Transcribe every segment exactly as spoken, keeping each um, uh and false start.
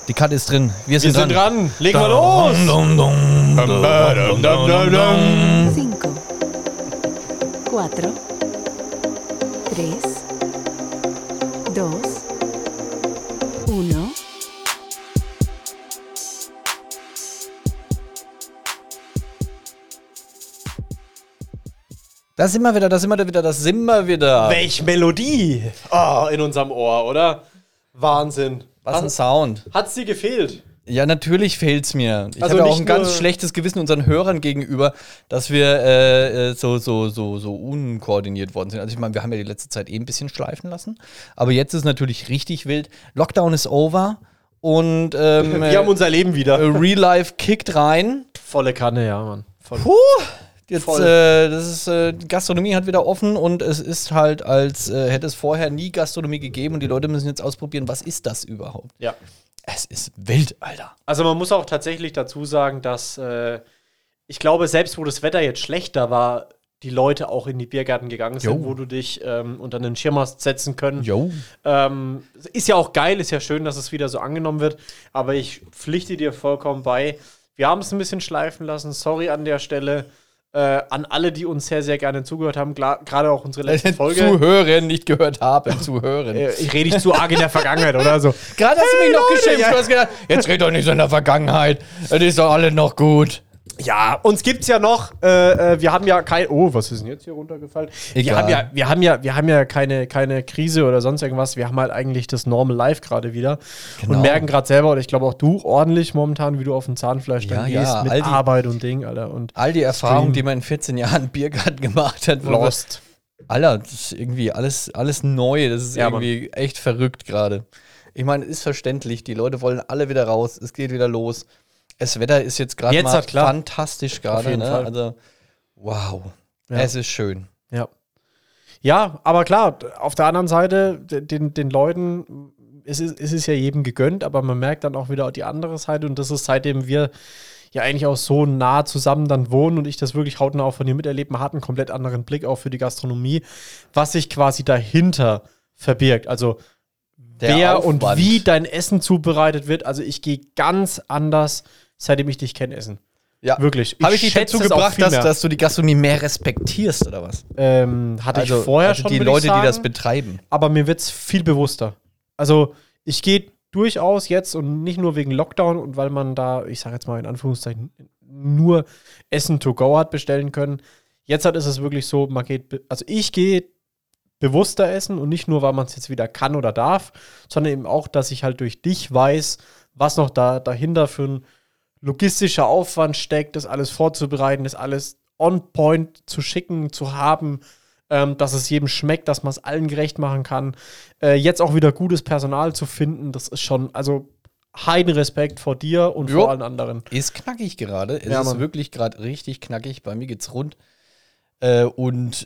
Die Cut ist drin. Wir sind, Wir sind dran. dran. Legen wir los. Cinco, cuatro, tres, dos, uno. Da sind wir wieder, da sind wir wieder, da sind wir wieder. Welch Melodie oh, in unserem Ohr, oder? Wahnsinn. Was ein Sound. Hat's dir gefehlt? Ja, natürlich fehlt's mir. Ich Also habe auch nicht ein ganz nur- schlechtes Gewissen unseren Hörern gegenüber, dass wir äh, äh, so, so, so, so unkoordiniert worden sind. Also ich meine, wir haben ja die letzte Zeit eh ein bisschen schleifen lassen. Aber jetzt ist natürlich richtig wild. Lockdown ist over und ähm, Wir haben unser Leben wieder. äh, Real Life kickt rein. Volle Kanne, ja, Mann. Voll. Puh, jetzt, Voll. äh, das ist, äh, die Gastronomie hat wieder offen und es ist halt, als äh, hätte es vorher nie Gastronomie gegeben und die Leute müssen jetzt ausprobieren, was ist das überhaupt? Ja. Es ist wild, Alter. Also man muss auch tatsächlich dazu sagen, dass äh, ich glaube, selbst wo das Wetter jetzt schlechter war, die Leute auch in die Biergärten gegangen sind, Jo. wo du dich ähm, unter einen Schirm hast setzen können. Jo. Ähm, ist ja auch geil, ist ja schön, dass es wieder so angenommen wird, aber ich pflichte dir vollkommen bei. Wir haben es ein bisschen schleifen lassen, sorry an der Stelle. Äh, an alle, die uns sehr, sehr gerne zugehört haben, klar- gerade auch unsere letzte Folge. Zuhören, nicht gehört haben, zuhören. Äh, ich rede nicht zu arg in der Vergangenheit, oder so. Gerade hast du mich noch geschimpft. ja. Du hast gedacht, jetzt red doch nicht so in der Vergangenheit. Das ist doch alle noch gut. Ja, uns gibt's ja noch. Äh, äh, wir haben ja kein. Oh, was ist denn jetzt hier runtergefallen? Wir Egal. haben ja, wir haben ja, wir haben ja keine, keine Krise oder sonst irgendwas. Wir haben halt eigentlich das Normal Life gerade wieder Genau. und merken gerade selber, oder ich glaube auch du ordentlich momentan, wie du auf dem Zahnfleisch dann Ja, gehst ja, mit all die- Arbeit und Ding, Alter. Und All die Erfahrungen, Stream. die man in vierzehn Jahren Biergarten gemacht hat. wo wir- Lost. Alter, das ist irgendwie alles, alles neu. Das ist Ja, irgendwie echt verrückt gerade. Ich meine, ist verständlich. Die Leute wollen alle wieder raus. Es geht wieder los. Das Wetter ist jetzt gerade Jetzt mal hat klar. fantastisch gerade. jeden Ne? Fall. Also, wow. Ja. Es ist schön. Ja. Ja, aber klar, auf der anderen Seite, d- den, den Leuten, es ist, es ist ja jedem gegönnt, aber man merkt dann auch wieder die andere Seite und das ist, seitdem wir ja eigentlich auch so nah zusammen dann wohnen und ich das wirklich hautnah auch von dir miterlebe, man hat einen komplett anderen Blick auch für die Gastronomie, was sich quasi dahinter verbirgt. Also Der wer und Aufwand. wie dein Essen zubereitet wird. Also ich gehe ganz anders, seitdem ich dich kenne, essen. Ja. Wirklich. Habe ich dich schätze dazu es auch gebracht, viel dass, mehr. dass du die Gastronomie mehr respektierst, oder was? Ähm, hatte also, ich vorher also schon, die würd ich Leute, die sagen. das betreiben. Aber mir wird es viel bewusster. Also ich gehe durchaus jetzt und nicht nur wegen Lockdown und weil man da, ich sage jetzt mal in Anführungszeichen, nur Essen to go hat bestellen können. Jetzt hat ist es wirklich so, man geht, be- also ich gehe bewusster essen und nicht nur, weil man es jetzt wieder kann oder darf, sondern eben auch, dass ich halt durch dich weiß, was noch da dahinter für ein logistischer Aufwand steckt, das alles vorzubereiten, das alles on point zu schicken, zu haben, ähm, dass es jedem schmeckt, dass man es allen gerecht machen kann. Äh, jetzt auch wieder gutes Personal zu finden, das ist schon, also heiden Respekt vor dir und Jo. vor allen anderen. Ist knackig gerade. Es Ja, ist Mann. wirklich gerade richtig knackig. Bei mir geht's rund. Äh, und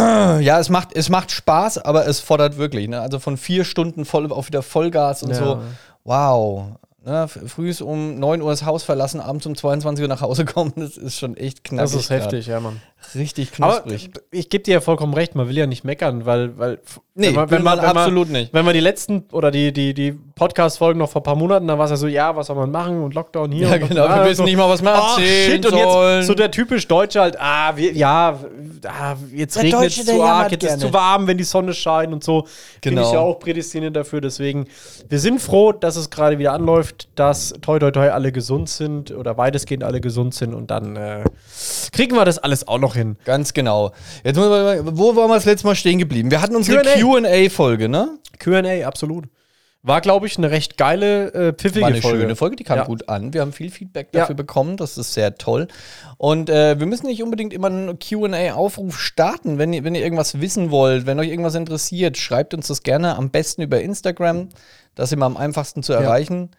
ja, es macht, es macht Spaß, aber es fordert wirklich. Ne? Also von vier Stunden voll auf wieder Vollgas und Ja. so. Wow. Ne? f- Frühs um neun Uhr das Haus verlassen, abends um zweiundzwanzig Uhr nach Hause kommen. Das ist schon echt knackig. Das ist heftig, ja, Mann. grad. Richtig Aber knusprig. ich gebe dir ja vollkommen recht, man will ja nicht meckern, weil, weil Nee, wenn man, will wenn man, man wenn man, absolut nicht. Wenn man die letzten oder die, die, die Podcast-Folgen noch vor ein paar Monaten, dann war es ja so, ja, was soll man machen und Lockdown hier. Ja, und genau, wir wissen nicht mal, was wir Ach, erzählen shit, und sollen. jetzt so der typisch Deutsche halt, ah, wir, ja, ah, jetzt Der regnet Deutsche, es der zu arg, jammert jetzt ist es gerne. zu warm, wenn die Sonne scheint und so. Bin Genau. ich ja auch prädestiniert dafür, deswegen, wir sind froh, dass es gerade wieder anläuft, dass toi toi toi alle gesund sind oder weitestgehend alle gesund sind und dann äh, kriegen wir das alles auch noch hin. Ganz genau. Jetzt muss man, mal- wo waren wir das letzte Mal stehen geblieben? Wir hatten unsere Q and A. Q and A-Folge, ne? Q and A, absolut. War, glaube ich, eine recht geile, äh, pfiffige War eine Folge. schöne Folge, die kam Ja. gut an. Wir haben viel Feedback Ja. dafür bekommen, das ist sehr toll. Und äh, wir müssen nicht unbedingt immer einen Q and A-Aufruf starten. Wenn ihr, wenn ihr irgendwas wissen wollt, wenn euch irgendwas interessiert, schreibt uns das gerne am besten über Instagram. Das ist immer am einfachsten zu erreichen.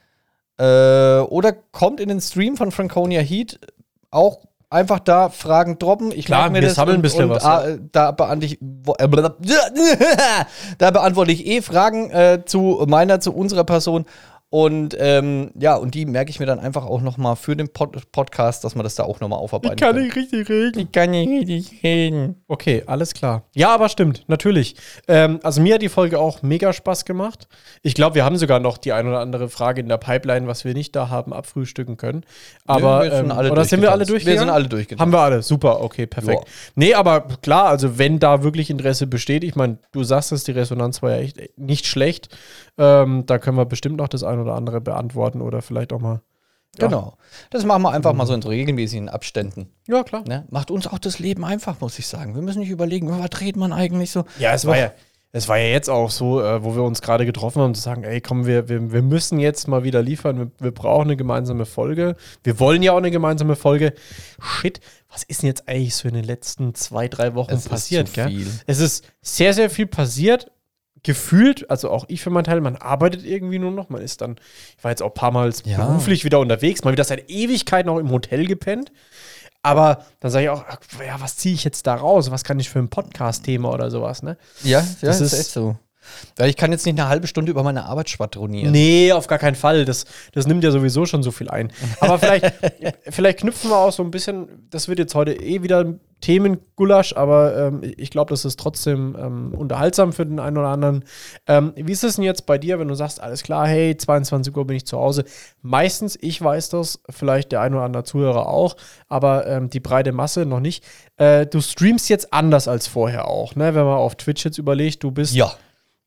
Äh, oder kommt in den Stream von Franconia Heat. Auch einfach da Fragen droppen. Ich Klar, merke mir wir das sammeln ein und, bisschen und, was, ah, da beantworte ich, wo- äh, da beantworte ich eh Fragen äh, zu meiner, zu unserer Person. Und ähm, ja, und die merke ich mir dann einfach auch nochmal für den Pod- Podcast, dass man das da auch nochmal aufarbeiten kann. nicht richtig reden. Ich kann nicht richtig reden. Okay, alles klar. Ja, aber stimmt, natürlich. Ähm, also mir hat die Folge auch mega Spaß gemacht. Ich glaube, wir haben sogar noch die ein oder andere Frage in der Pipeline, was wir nicht da haben, abfrühstücken können. Aber, wir sind ähm, alle oder sind wir alle durchgetanzt. durchgegangen? Wir sind alle durchgetanzt. Haben wir alle, super, okay, perfekt. Ja. Nee, aber klar, also wenn da wirklich Interesse besteht, ich meine, du sagst es, die Resonanz war ja echt nicht schlecht. Ähm, da können wir bestimmt noch das ein oder andere beantworten oder vielleicht auch mal. Ja. Genau. Das machen wir einfach mal so in so regelmäßigen Abständen. Ja, klar. Ne? Macht uns auch das Leben einfach, muss ich sagen. Wir müssen nicht überlegen, was dreht man eigentlich so. Ja, es war ja, es war ja jetzt auch so, äh, wo wir uns gerade getroffen haben, zu sagen, ey, komm, wir, wir, wir müssen jetzt mal wieder liefern, wir, wir brauchen eine gemeinsame Folge. Wir wollen ja auch eine gemeinsame Folge. Shit, was ist denn jetzt eigentlich so in den letzten zwei, drei Wochen Es ist passiert? zu Gell? viel. Es ist sehr, sehr viel passiert. Gefühlt, also auch ich für meinen Teil, man arbeitet irgendwie nur noch. Man ist dann, ich war jetzt auch ein paar Mal Ja. beruflich wieder unterwegs, mal wieder seit Ewigkeit noch im Hotel gepennt. Aber dann sage ich auch, ach, ja, was ziehe ich jetzt da raus? Was kann ich für ein Podcast-Thema oder sowas, ne? Ja, ja Das das ist ist- echt so. Weil ich kann jetzt nicht eine halbe Stunde über meine Arbeit schwadronieren. Nee, auf gar keinen Fall. Das, das nimmt ja sowieso schon so viel ein. Aber vielleicht, vielleicht knüpfen wir auch so ein bisschen, das wird jetzt heute eh wieder ein Themengulasch, aber ähm, ich glaube, das ist trotzdem ähm, unterhaltsam für den einen oder anderen. Ähm, wie ist es denn jetzt bei dir, wenn du sagst, alles klar, hey, zweiundzwanzig Uhr bin ich zu Hause? Meistens, ich weiß das, vielleicht der ein oder andere Zuhörer auch, aber ähm, die breite Masse noch nicht. Äh, du streamst jetzt anders als vorher auch, ne? Wenn man auf Twitch jetzt überlegt, du bist Ja.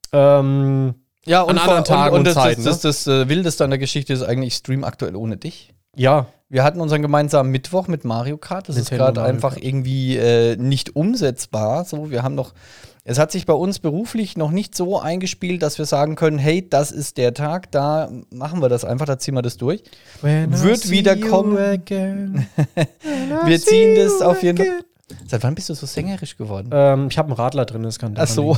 ähm, Ja, An anderen Tagen und, und das, Zeiten, das, das, das äh, Wildeste an der Geschichte ist eigentlich, ich stream aktuell ohne dich. ja, Wir hatten unseren gemeinsamen Mittwoch mit Mario Kart. Das Nintendo ist gerade Mario einfach Kart. irgendwie äh, nicht umsetzbar. So, wir haben noch, es hat sich bei uns beruflich noch nicht so eingespielt, dass wir sagen können, hey, das ist der Tag, da machen wir das einfach, da ziehen wir das durch. Wird wieder kommen. Wir ziehen das auf jeden Fall. Seit wann bist du so sängerisch geworden? Ähm, ich habe einen Radler drin, das kann Ach so.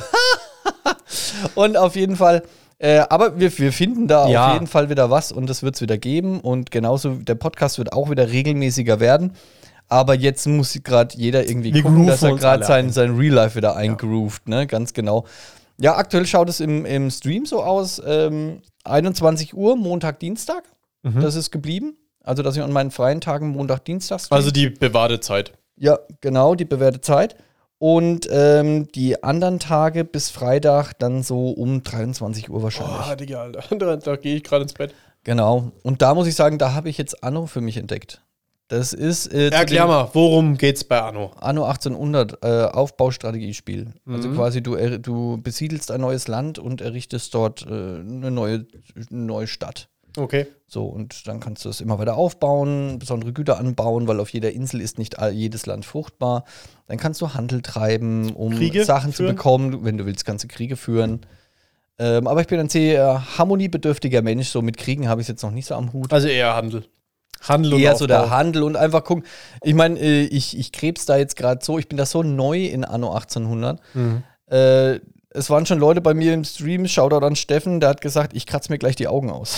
Und auf jeden Fall, äh, aber wir, wir finden da Ja. auf jeden Fall wieder was und das wird es wieder geben. Und genauso, der Podcast wird auch wieder regelmäßiger werden. Aber jetzt muss gerade jeder irgendwie Wir gucken, dass grooven er uns gerade alle sein, ein. sein Real Life wieder eingroovt, ne? Ganz genau. Ja, aktuell schaut es im, im Stream so aus, ähm, einundzwanzig Uhr, Montag, Dienstag. Mhm. Das ist geblieben. Also, dass ich an meinen freien Tagen Montag, Dienstag streame. Also die Bewartezeit. Ja, genau, die bewährte Zeit. Und ähm, die anderen Tage bis Freitag dann so um dreiundzwanzig Uhr wahrscheinlich. Boah, Digga, Alter. Da, da gehe ich gerade ins Bett. Genau. Und da muss ich sagen, da habe ich jetzt Anno für mich entdeckt. Das ist äh, zu Erklär dem mal, worum geht's bei Anno? Anno achtzehnhundert, äh, Aufbaustrategiespiel. Also Mhm. quasi du, er, du besiedelst ein neues Land und errichtest dort äh, eine neue, eine neue Stadt. Okay. So, und dann kannst du es immer weiter aufbauen, besondere Güter anbauen, weil auf jeder Insel ist nicht all, jedes Land fruchtbar. Dann kannst du Handel treiben, um Kriege Sachen führen? zu bekommen. Wenn du willst, kannst du Kriege führen. Ähm, aber ich bin ein sehr harmoniebedürftiger Mensch, so mit Kriegen habe ich es jetzt noch nicht so am Hut. Also eher Handel. Handel und Eher Aufbau. so der Handel und einfach gucken. Ich meine, äh, ich, ich krebs da jetzt gerade so, ich bin da so neu in Anno achtzehnhundert. Mhm. Äh, es waren schon Leute bei mir im Stream, Shoutout an Steffen, der hat gesagt, ich kratze mir gleich die Augen aus.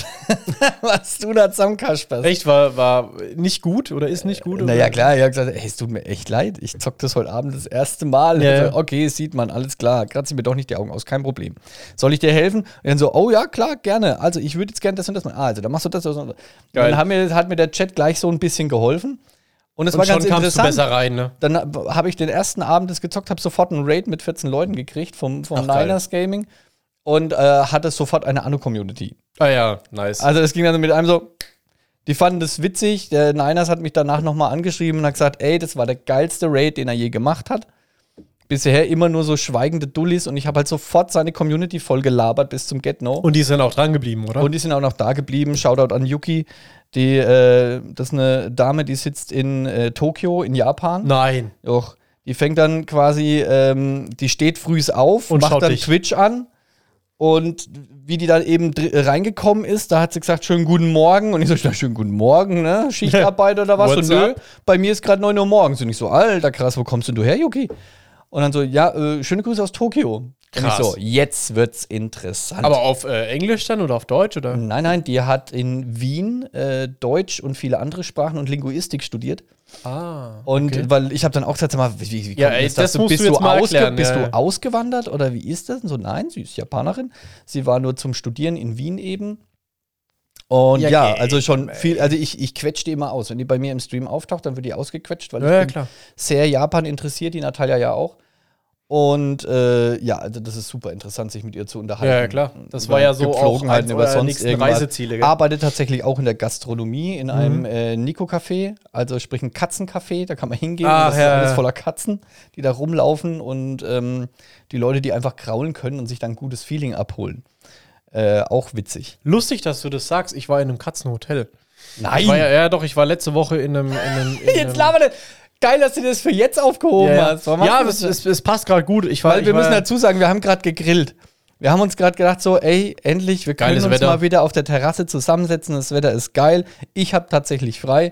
Was du da zusammenkasperst. Echt, war, war nicht gut oder ist nicht gut? Naja, oder? klar, ich habe gesagt, hey, es tut mir echt leid, ich zock das heute Abend das erste Mal. Ja, Also, ja. okay, sieht man, alles klar, kratze mir doch nicht die Augen aus, kein Problem. Soll ich dir helfen? Und dann so, oh ja, klar, gerne. Also ich würde jetzt gerne das und das machen. Ah, also dann machst du das und das. Und Geil. dann haben mir, hat mir der Chat gleich so ein bisschen geholfen. Und es Und war schon ganz kamst du interessant. besser rein, ne? Dann habe ich den ersten Abend das gezockt, habe sofort einen Raid mit vierzehn Leuten gekriegt vom, vom Ach, geil. Niners Gaming und äh, hatte sofort eine Anno-Community. Ah ja, nice. Also es ging dann mit einem so, die fanden das witzig. Der Niners hat mich danach nochmal angeschrieben und hat gesagt, ey, das war der geilste Raid, den er je gemacht hat. Bisher immer nur so schweigende Dullis und ich habe halt sofort seine Community voll gelabert bis zum Get-No. Und die sind auch dran geblieben, oder? Und die sind auch noch da geblieben. Shoutout an Yuki. Die, äh, das ist eine Dame, die sitzt in äh, Tokio, in Japan. Nein. Doch. Die fängt dann quasi, ähm, die steht frühs auf Und macht schaut dann dich. Twitch an. Und wie die dann eben dr- reingekommen ist, da hat sie gesagt, schönen guten Morgen. Und ich so, na, schönen guten Morgen, ne? Schichtarbeit oder was? What's Und nö, up? bei mir ist gerade neun Uhr morgens. Und ich so, alter, krass, wo kommst denn du her, Yuki? Und dann so, ja, äh, schöne Grüße aus Tokio. Krass. Und ich so, jetzt wird's interessant. Aber auf äh, Englisch dann oder auf Deutsch, oder? Nein, nein, die hat in Wien äh, Deutsch und viele andere Sprachen und Linguistik studiert. Ah. Und okay. weil ich habe dann auch gesagt, sag mal, wie, wie kommt Ja, denn ey, das, das du, musst bist du jetzt du, mal ausge erklären, bist ja, du ja. ausgewandert oder wie ist das? Und so, nein, sie ist Japanerin. Sie war nur zum Studieren in Wien eben. Und ja, Ja, also schon ey. viel, also ich, ich quetsche die immer aus. Wenn die bei mir im Stream auftaucht, dann wird die ausgequetscht, weil Ja, ich ja, bin klar. sehr Japan interessiert, die Natalia ja auch. Und äh, ja, also das ist super interessant, sich mit ihr zu unterhalten. Ja, ja, klar. Das Über war ja so auch Gepflogenheiten, eins über eurer sonst nächsten irgendwas. Reiseziele, gell? Arbeitet tatsächlich auch in der Gastronomie, in Mhm. einem äh, Nico-Café, also sprich ein Katzencafé, da kann man hingehen Ach, und das ja, ist alles ja. voller Katzen, die da rumlaufen und ähm, die Leute, die einfach kraulen können und sich dann ein gutes Feeling abholen. Äh, auch witzig. Lustig, dass du das sagst. Ich war in einem Katzenhotel. Nein! Ich war ja, ja, doch, ich war letzte Woche in einem. In einem in Jetzt einem, labern wir. Geil, dass du das für jetzt aufgehoben ja, hast. Warum ja, hast du es, es, es passt gerade gut. Ich war, Weil ich wir war, müssen dazu sagen, wir haben gerade gegrillt. Wir haben uns gerade gedacht so, ey, endlich, wir können Geiles uns Wetter. mal wieder auf der Terrasse zusammensetzen. Das Wetter ist geil. Ich habe tatsächlich frei.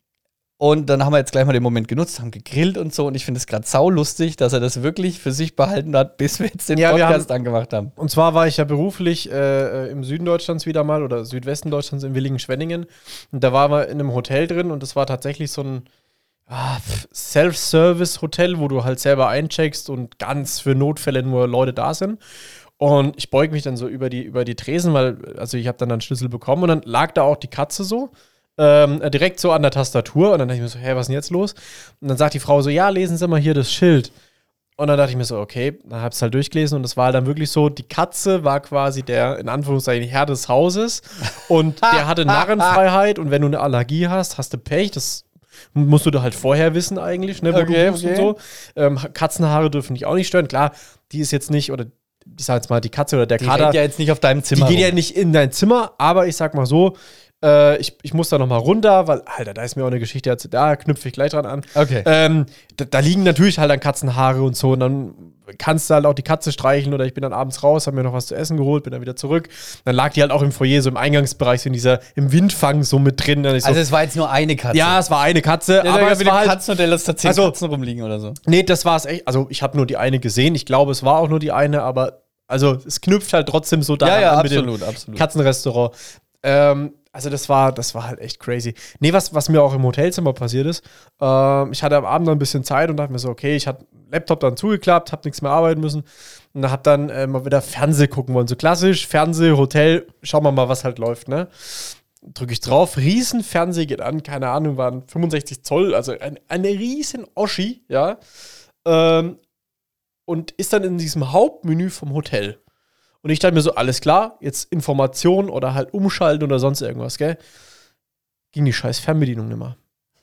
Und dann haben wir jetzt gleich mal den Moment genutzt, haben gegrillt und so. Und ich finde es gerade saulustig, dass er das wirklich für sich behalten hat, bis wir jetzt den Ja, wir Podcast angemacht haben. Und zwar war ich ja beruflich äh, im Süden Deutschlands wieder mal oder Südwesten Deutschlands in Willingen-Schwenningen. Und da waren wir in einem Hotel drin und das war tatsächlich so ein ah, Self-Service-Hotel, wo du halt selber eincheckst und ganz für Notfälle nur Leute da sind. Und ich beug mich dann so über die, über die Tresen, weil, also ich habe dann einen Schlüssel bekommen und dann lag da auch die Katze so. Ähm, direkt so an der Tastatur und dann dachte ich mir so, hä, was ist denn jetzt los? Und dann sagt die Frau so, ja, lesen Sie mal hier das Schild. Und dann dachte ich mir so, okay, dann habe ich es halt durchgelesen und es war dann wirklich so, die Katze war quasi der, in Anführungszeichen, Herr des Hauses und der hatte Narrenfreiheit und wenn du eine Allergie hast, hast du Pech, das musst du da halt vorher wissen eigentlich, ne, wo Okay, du buchst okay. und so. Ähm, Katzenhaare dürfen dich auch nicht stören, klar, die ist jetzt nicht, oder ich sag jetzt mal, die Katze oder der Die Kater, rennt ja jetzt nicht auf deinem die Zimmer geht ja rum. nicht in dein Zimmer, aber ich sag mal so, äh, ich, ich muss da noch mal runter, weil, Alter, da ist mir auch eine Geschichte, erzählt, da knüpfe ich gleich dran an. Okay. Ähm, da, da liegen natürlich halt dann Katzenhaare und so und dann kannst du halt auch die Katze streicheln oder ich bin dann abends raus, hab mir noch was zu essen geholt, bin dann wieder zurück. Dann lag die halt auch im Foyer, so im Eingangsbereich, so in dieser, im Windfang so mit drin. Dann ich so, Also es war jetzt nur eine Katze. ja, es war eine Katze, Ja, aber es mit war dem halt, Katzenhotel, dass da zehn Also- Katzen rumliegen oder so. nee, das war es echt, also ich habe nur die eine gesehen, ich glaube, es war auch nur die eine, aber also es knüpft halt trotzdem so daran Ja, ja, an mit dem absolut, absolut. Katzenrestaurant. Ähm, also das war, das war halt echt crazy. Nee, was, was mir auch im Hotelzimmer passiert ist, ähm, ich hatte am Abend noch ein bisschen Zeit und dachte mir so, okay, ich hatte Laptop dann zugeklappt, hab nichts mehr arbeiten müssen und da hab dann äh, mal wieder Fernseh gucken wollen. So klassisch, Fernseh, Hotel, schauen wir mal, was halt läuft, ne? Drücke ich drauf, riesen Fernseher geht an, keine Ahnung, waren fünfundsechzig Zoll, also ein, eine riesen Oschi, ja. Ähm, und ist dann in diesem Hauptmenü vom Hotel. Und ich dachte mir so, alles klar, jetzt Information oder halt umschalten oder sonst irgendwas, gell? Ging die scheiß Fernbedienung nicht mehr.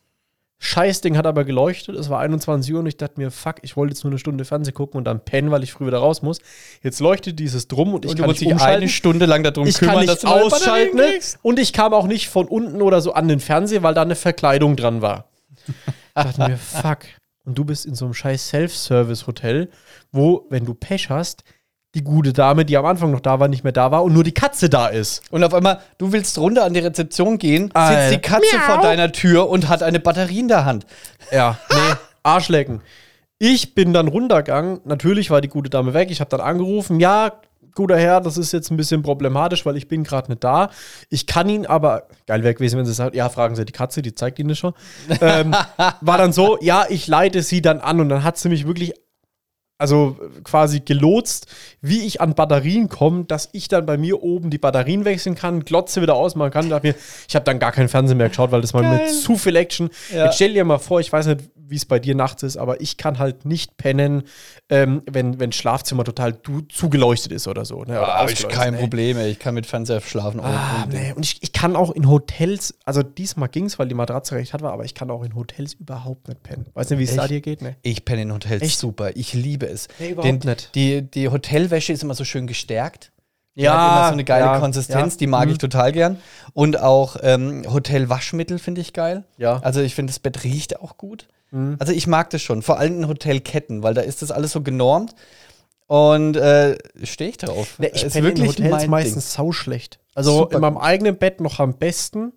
Scheiß Ding hat aber geleuchtet, es war einundzwanzig Uhr und ich dachte mir, fuck, ich wollte jetzt nur eine Stunde Fernsehen gucken und dann pennen, weil ich früh wieder raus muss. Jetzt leuchtet dieses drum und ich Und du kann musst nicht dich umschalten. eine Stunde lang darum Ich kann kümmern, nicht dass du neue ausschalten, Batterien ne? kriegst. Und ich kam auch nicht von unten oder so an den Fernseher, weil da eine Verkleidung dran war. Ich dachte mir, fuck. Und du bist in so einem scheiß Self-Service-Hotel, wo, wenn du Pech hast, die gute Dame, die am Anfang noch da war, nicht mehr da war und nur die Katze da ist. Und auf einmal, du willst runter an die Rezeption gehen, Alter. sitzt die Katze vor deiner Tür und hat eine Batterie in der Hand. Ja, nee, Arschlecken. Ich bin dann runtergegangen. Natürlich war die gute Dame weg. Ich habe dann angerufen. Ja, guter Herr, das ist jetzt ein bisschen problematisch, weil ich bin gerade nicht da. Ich kann ihn aber, geil wäre gewesen, wenn sie sagt, ja, fragen Sie die Katze, die zeigt Ihnen das schon. ähm, war dann so, ja, ich leite sie dann an und dann hat sie mich wirklich also quasi gelotst, wie ich an Batterien komme, dass ich dann bei mir oben die Batterien wechseln kann, Glotze wieder ausmachen kann. Da hab mir, ich habe dann gar keinen Fernseher mehr geschaut, weil das war Geil. mit zu viel Action. Ja. Jetzt stell dir mal vor, ich weiß nicht, wie es bei dir nachts ist, aber ich kann halt nicht pennen, ähm, wenn wenn Schlafzimmer total du, zugeleuchtet ist oder so. Ne? Oder Habe ich ausgeleuchtet, kein ey. Problem, ey. Ich kann mit Fernseher schlafen. ohne Ah, Problem. nee. Und ich, ich kann auch in Hotels, also diesmal ging es, weil die Matratze recht hat war, aber ich kann auch in Hotels überhaupt nicht pennen. Weiß nicht, wie es da Echt? dir geht, ne? Ich penne in Hotels Echt? super. Ich liebe es. Nee, überhaupt Den, nicht. Die, die Hotelwäsche ist immer so schön gestärkt. Die Ja, hat immer so eine geile ja, Konsistenz, ja. die mag Mhm. ich total gern. Und auch ähm, Hotelwaschmittel finde ich geil. Ja. Also ich finde, das Bett riecht auch gut. Mhm. Also ich mag das schon, vor allem in Hotelketten, weil da ist das alles so genormt. Und äh, stehe ich drauf. Ne, ich Ist penne in wirklich Hotels mein meistens sauschlecht. Also Super in meinem gut. eigenen Bett noch am besten.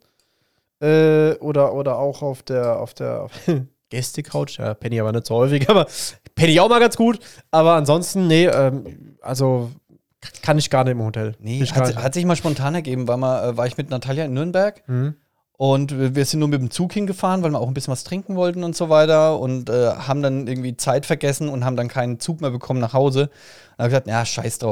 Äh, oder, oder auch auf der, auf der Gästecouch. Ja, penne ich aber nicht so häufig, aber penne ich auch mal ganz gut. Aber ansonsten, nee, ähm, also kann ich gar nicht im Hotel. Nee, ich gar hat, nicht. hat sich mal spontan ergeben, war, mal, äh, war ich mit Natalia in Nürnberg. Mhm. Und wir wir sind nur mit dem Zug hingefahren, weil wir auch ein bisschen was trinken wollten und so weiter. Und äh, haben dann irgendwie Zeit vergessen und haben dann keinen Zug mehr bekommen nach Hause. Und habe gesagt, ja, scheiß drauf.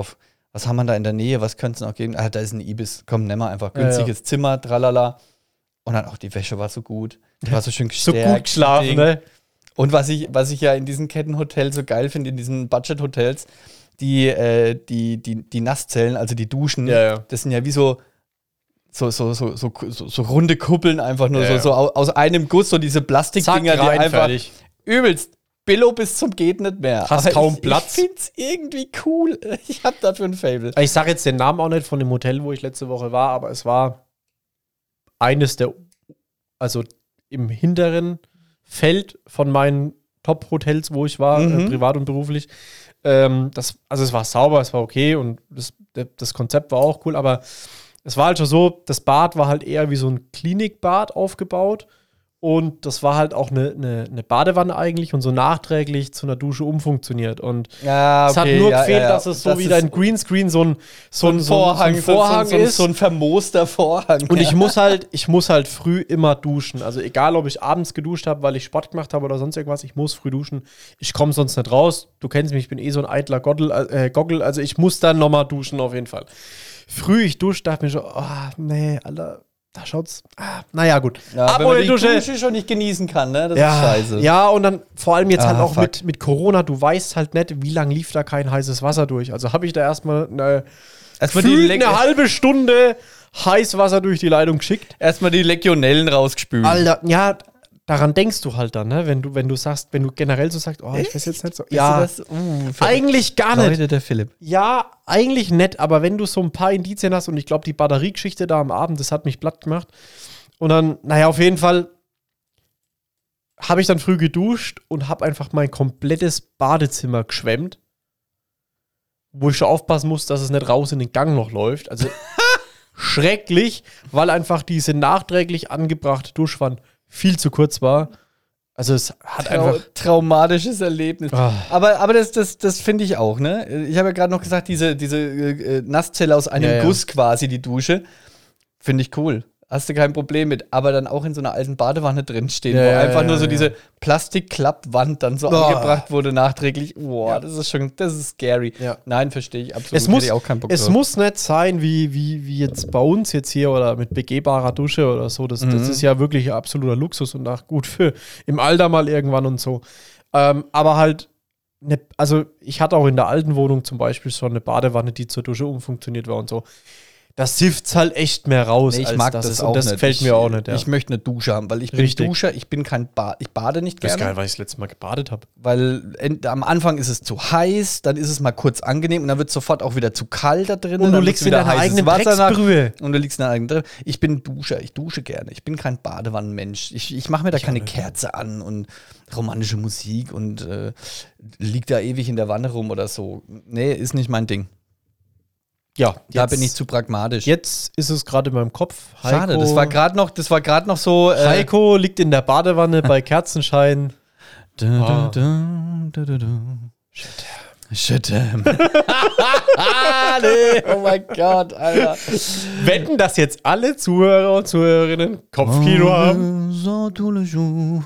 was haben wir da in der Nähe, was könnte es noch geben? Ah, da ist ein Ibis, komm, nimm mal einfach, günstiges ja, ja. Zimmer, tralala. Und dann auch die Wäsche war so gut, die war so schön gestärkt. So gut geschlafen, ne? Und was ich, was ich ja in diesen Kettenhotels so geil finde, in diesen Budget-Hotels, die, äh, die, die, die Nasszellen, also die Duschen, ja, ja. das sind ja wie so So, so, so, so, so, so runde Kuppeln einfach nur, ja, so, so aus einem Guss, so diese Plastikdinger, Zack, rein, die einfach fertig. übelst Billo bis zum geht nicht mehr. Hast Aber kaum ich, Platz. Ich find's irgendwie cool. Ich hab dafür ein Fable. Ich sage jetzt den Namen auch nicht von dem Hotel, wo ich letzte Woche war, aber es war eines der, also im hinteren Feld von meinen Top-Hotels, wo ich war, Mhm. äh, privat und beruflich. Ähm, das, also es war sauber, es war okay und das, das Konzept war auch cool, aber es war halt schon so, das Bad war halt eher wie so ein Klinikbad aufgebaut und das war halt auch eine, eine, eine Badewanne eigentlich und so nachträglich zu einer Dusche umfunktioniert. Und Ja, es hat okay, nur ja, gefehlt, ja, ja. dass es so Das wie ist dein Greenscreen so ein, so ein, so ein Vorhang, so ein Vorhang so, so, ist. so ein vermooster Vorhang. Und ich ja. muss halt, ich muss halt früh immer duschen. Also egal, ob ich abends geduscht habe, weil ich Sport gemacht habe oder sonst irgendwas, ich muss früh duschen. Ich komme sonst nicht raus. Du kennst mich, ich bin eh so ein eitler Gottel, äh, Goggle. Also ich muss dann nochmal duschen auf jeden Fall. Früh ich dusche, dachte mir schon, oh, nee, Alter, da schaut's. Ah, naja, gut. Ja, Ab wenn man oder die Dusche. Dusche schon nicht genießen kann, ne? Das Ja, ist scheiße. ja, und dann vor allem jetzt Ah, halt auch fuck. mit, mit Corona, du weißt halt nicht, wie lange lief da kein heißes Wasser durch. Also habe ich da erstmal eine, Erstmal die, gefühlt Leg eine halbe Stunde Heißwasser durch die Leitung geschickt. erstmal die Legionellen rausgespült. Alter, ja, daran denkst du halt dann, ne? Wenn du, wenn du sagst, wenn du generell so sagst, oh, ich weiß jetzt nicht so. Ja, Weißt du das? Uh, für- eigentlich gar nicht. Leute, der Philipp. Ja, eigentlich nett, aber wenn du so ein paar Indizien hast und ich glaube, die Batteriegeschichte da am Abend, das hat mich platt gemacht. Und dann, naja, auf jeden Fall habe ich dann früh geduscht und habe einfach mein komplettes Badezimmer geschwemmt, wo ich schon aufpassen muss, dass es nicht raus in den Gang noch läuft. Also schrecklich, weil einfach diese nachträglich angebrachte Duschwanne viel zu kurz war. Also es hat Trau einfach... traumatisches Erlebnis. Ah. Aber, aber das, das, das finde ich auch, ne? Ich habe ja gerade noch gesagt, diese, diese äh, Nasszelle aus einem Ja, ja. Guss quasi, die Dusche, finde ich cool. Hast du kein Problem mit. Aber dann auch in so einer alten Badewanne drinstehen, Ja, wo ja, einfach ja, nur so ja. diese Plastikklappwand dann so Oh. angebracht wurde nachträglich. Boah, Ja. das ist schon, das ist scary. Ja. Nein, verstehe ich absolut. Es muss, Hätte ich auch keinen Bock es drauf. muss nicht sein, wie, wie, wie jetzt bei uns jetzt hier oder mit begehbarer Dusche oder so. Das, Mhm. das ist ja wirklich absoluter Luxus und auch gut für im Alter mal irgendwann und so. Ähm, aber halt, ne, also ich hatte auch in der alten Wohnung zum Beispiel so eine Badewanne, die zur Dusche umfunktioniert war und so. Das sifft's halt echt mehr raus. Nee, ich als mag das das ist. auch Und das nicht. gefällt ich, mir auch nicht. Ja. Ich möchte eine Dusche haben, weil ich bin Richtig. Duscher, ich bin kein Bad, ich bade nicht das ist gerne. geil, weil ich das letzte Mal gebadet habe. Weil ent- am Anfang ist es zu heiß, dann ist es mal kurz angenehm und dann wird es sofort auch wieder zu kalt da drin. Und du dann liegst wird's in wieder deiner heißes eigenen Wasser nach- Drecksbrühe. Und du liegst in deiner eigenen Dreck. Ich bin Duscher, ich dusche gerne. Ich bin kein Badewannenmensch. Ich, ich mache mir da keine Kerze an und romantische Musik und äh, lieg da ewig in der Wanne rum oder so. Nee, ist nicht mein Ding. Ja, Da jetzt- bin ich zu pragmatisch. Jetzt ist es gerade in meinem Kopf. Schade, Heiko- das war gerade noch, das war gerade noch so. Äh, Heiko liegt in der Badewanne bei Kerzenschein. Du, Ah. du, du, du, du. Shit. damn. nee, oh mein Gott, Alter. Wetten, dass jetzt alle Zuhörer und Zuhörerinnen Kopfkino haben. So, tous les jours.